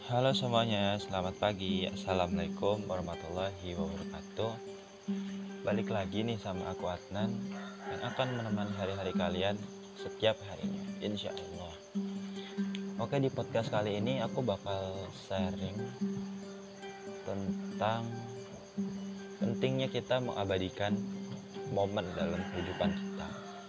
Halo semuanya, selamat pagi. Assalamualaikum warahmatullahi wabarakatuh. Balik lagi nih sama aku Adnan yang akan menemani hari-hari kalian setiap harinya, insya Allah. Oke, di podcast kali ini aku bakal sharing tentang pentingnya kita mengabadikan momen dalam kehidupan kita.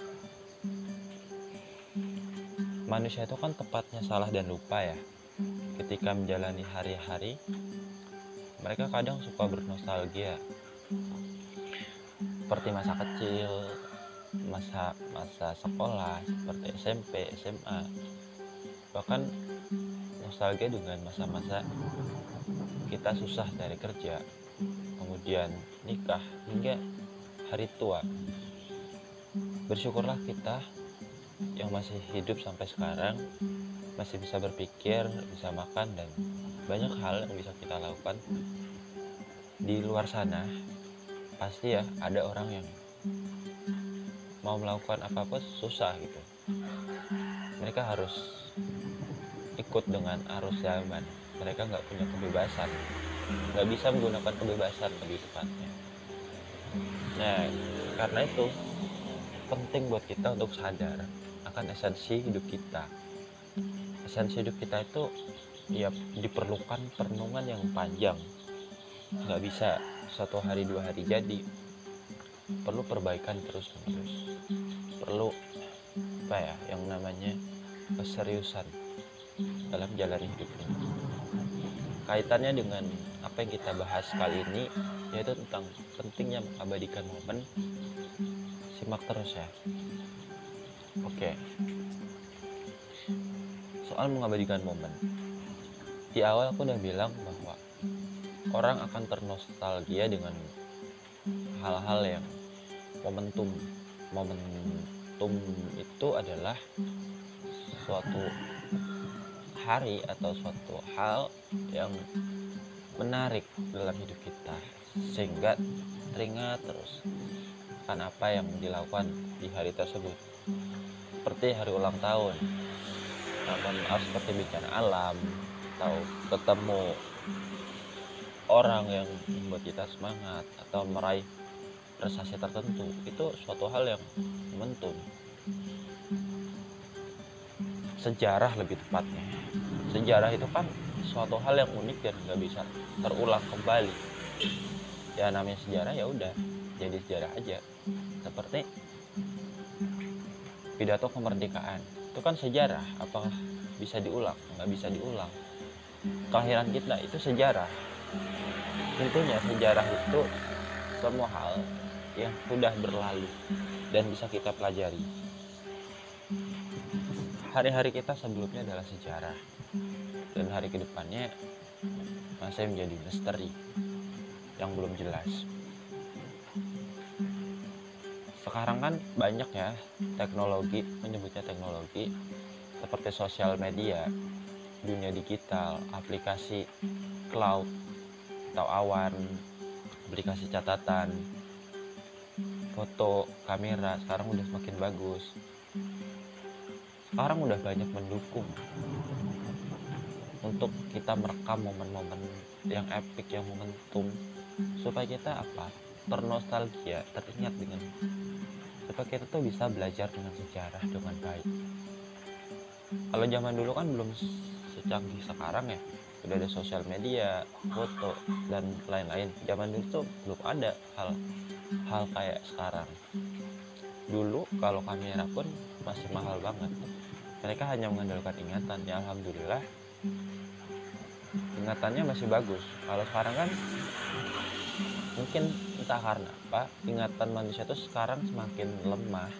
Manusia itu kan tepatnya salah dan lupa ya. Ketika menjalani hari-hari, mereka kadang suka bernostalgia seperti masa kecil, masa sekolah seperti SMP, SMA, bahkan nostalgia dengan masa-masa kita susah cari kerja, kemudian nikah hingga hari tua. Bersyukurlah kita yang masih hidup sampai sekarang, masih bisa berpikir, bisa makan, dan banyak hal yang bisa kita lakukan. Di luar sana pasti ya ada orang yang mau melakukan apa-apa susah gitu. Mereka harus ikut dengan arus zaman. Mereka nggak punya kebebasan, nggak bisa menggunakan kebebasan lebih tepatnya. Nah, karena itu penting buat kita untuk sadar akan esensi hidup kita. Esensi hidup kita itu ya diperlukan perenungan yang panjang. Nggak bisa satu hari dua hari jadi. Perlu perbaikan terus menerus. Perlu apa ya yang namanya keseriusan dalam jalani hidup ini. Kaitannya dengan apa yang kita bahas kali ini yaitu tentang pentingnya mengabadikan momen. Simak terus ya. Oke, soal mengabadikan momen. Di awal aku udah bilang bahwa orang akan ternostalgia dengan hal-hal yang momentum. Momentum itu adalah suatu hari atau suatu hal yang menarik dalam hidup kita sehingga teringat terus akan apa yang dilakukan di hari tersebut, seperti hari ulang tahun, mohon maaf, seperti bencana alam atau ketemu orang yang membuat kita semangat atau meraih prestasi tertentu. Itu suatu hal yang momentum, sejarah lebih tepatnya. Sejarah itu kan suatu hal yang unik dan nggak bisa terulang kembali. Ya namanya sejarah ya udah jadi sejarah aja. Seperti pidato kemerdekaan itu kan sejarah, apakah bisa diulang? Nggak bisa diulang. Kelahiran kita itu sejarah. Intinya sejarah itu semua hal yang sudah berlalu dan bisa kita pelajari. Hari-hari kita sebelumnya adalah sejarah dan hari kedepannya masih menjadi misteri yang belum jelas. Sekarang kan banyak ya teknologi, menyebutnya teknologi seperti sosial media, dunia digital, aplikasi cloud atau awan, aplikasi catatan, foto, kamera sekarang udah semakin bagus. Sekarang udah banyak mendukung untuk kita merekam momen-momen yang epic, yang momentum, supaya kita apa? Ternostalgia, teringat dengan, supaya kita tuh bisa belajar dengan sejarah dengan baik. Kalau zaman dulu kan belum secanggih sekarang ya, udah ada sosial media, foto dan lain-lain. Zaman dulu tuh belum ada hal kayak sekarang. Dulu kalau kamera pun masih mahal banget. Mereka hanya mengandalkan ingatan. Ya alhamdulillah ingatannya masih bagus. Kalau sekarang kan mungkin entah karena apa ingatan manusia tuh sekarang semakin lemah.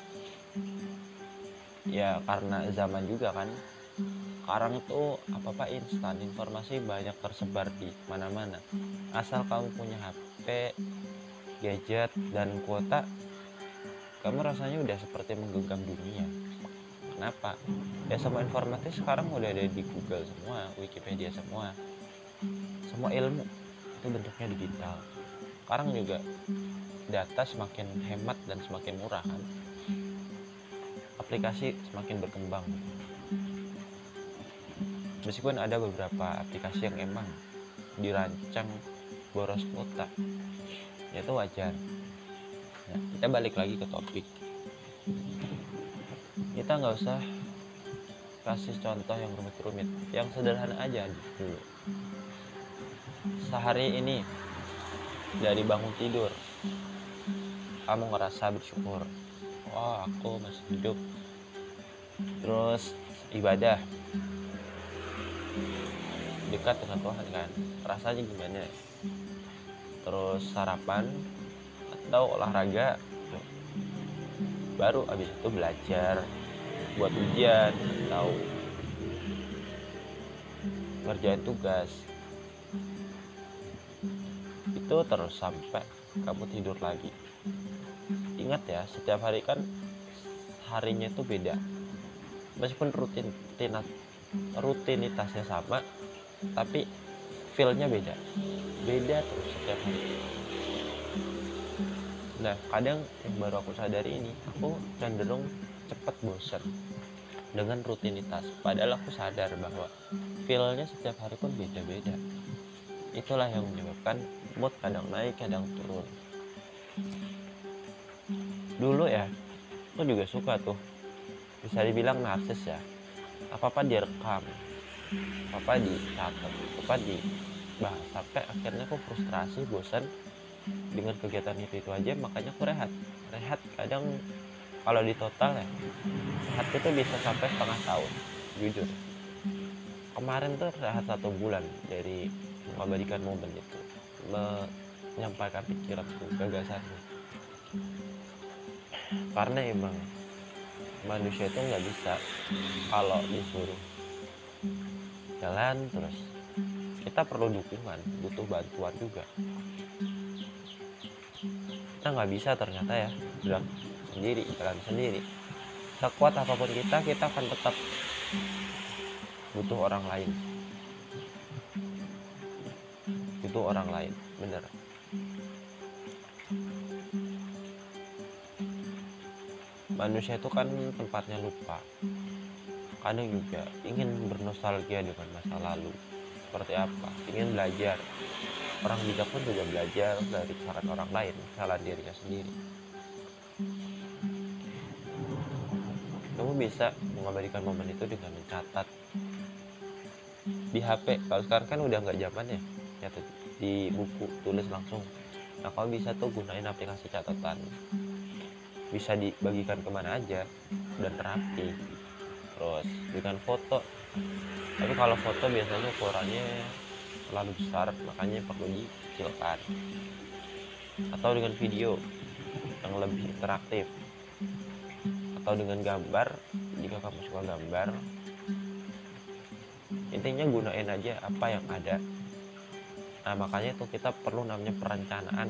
Ya karena zaman juga kan. Sekarang itu apa-apa instan, informasi banyak tersebar di mana-mana. Asal kamu punya HP, gadget, dan kuota, kamu rasanya udah seperti menggenggam dunia. Kenapa? Ya semua informasi sekarang udah ada di Google semua, Wikipedia semua. Semua ilmu itu bentuknya digital. Sekarang juga data semakin hemat dan semakin murah kan. Aplikasi semakin berkembang. Meskipun ada beberapa aplikasi yang emang dirancang boros kuota, ya itu wajar. Nah, kita balik lagi ke topik. Kita nggak usah kasih contoh yang rumit-rumit, yang sederhana aja dulu. Sehari ini dari bangun tidur, kamu ngerasa bersyukur, oh aku masih hidup. Terus ibadah, dekat dengan Tuhan kan, rasanya gimana? Terus sarapan atau olahraga, baru abis itu belajar buat ujian atau ngerjain tugas. Itu terus sampai kamu tidur lagi. Ingat ya, setiap hari kan harinya itu beda. Meskipun rutinitasnya sama, tapi feel-nya beda. Beda terus setiap hari. Nah, kadang yang baru aku sadari ini, aku cenderung cepat bosan dengan rutinitas. Padahal aku sadar bahwa feel-nya setiap hari pun beda-beda. Itulah yang menyebabkan mood kadang naik, kadang turun. Dulu ya, aku juga suka tuh, bisa dibilang narsis ya. Apa-apa direkam, apa dicatat, apa dibahas, sampai akhirnya aku frustrasi, bosan dengan kegiatan itu aja. Makanya aku rehat kadang. Kalau di total ya, rehat itu bisa sampai setengah tahun, jujur. Kemarin tuh rehat 1 bulan dari mengabadikan momen itu, menyampaikan pikiranku, gagasanku. Karena emang manusia itu nggak bisa kalau disuruh jalan terus. Kita perlu dukungan, butuh bantuan juga. Kita nggak bisa ternyata ya gerak sendiri, jalan sendiri. Sekuat apapun kita akan tetap butuh orang lain. Butuh orang lain, bener. Manusia itu kan tempatnya lupa. Kadang juga ingin bernostalgia dengan masa lalu. Seperti apa? Ingin belajar. Orang bijak pun juga belajar dari kesalahan orang lain, kesalahan dirinya sendiri. Kamu bisa mengabadikan momen itu dengan mencatat di HP. Kalau sekarang kan udah nggak zaman ya, catat di buku, tulis langsung. Nah, kamu bisa tuh gunain aplikasi catatan. Bisa dibagikan kemana aja dan rapi. Terus dengan foto. Tapi kalau foto biasanya ukurannya terlalu besar, makanya perlu dikecilkan. Atau dengan video yang lebih interaktif. Atau dengan gambar, jika kamu suka gambar. Intinya gunain aja apa yang ada. Nah, makanya tuh kita perlu namanya perencanaan,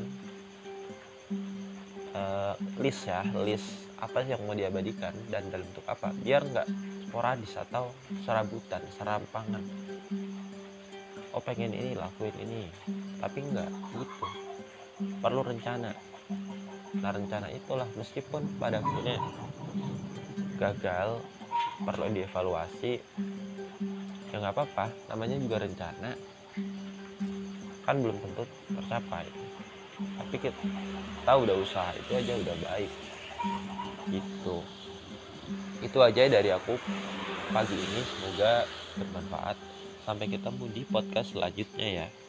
list apa sih yang mau diabadikan dan dalam bentuk apa, biar nggak sporadis atau serabutan, serampangan. Oh, pengen ini, lakuin ini, tapi nggak gitu. Perlu rencana. Nah, rencana itulah meskipun pada akhirnya gagal, perlu dievaluasi, ya nggak apa-apa, namanya juga rencana, kan belum tentu tercapai. Tapi kita udah usaha, itu aja udah baik. Itu aja dari aku pagi ini, semoga bermanfaat. Sampai ketemu di podcast selanjutnya ya.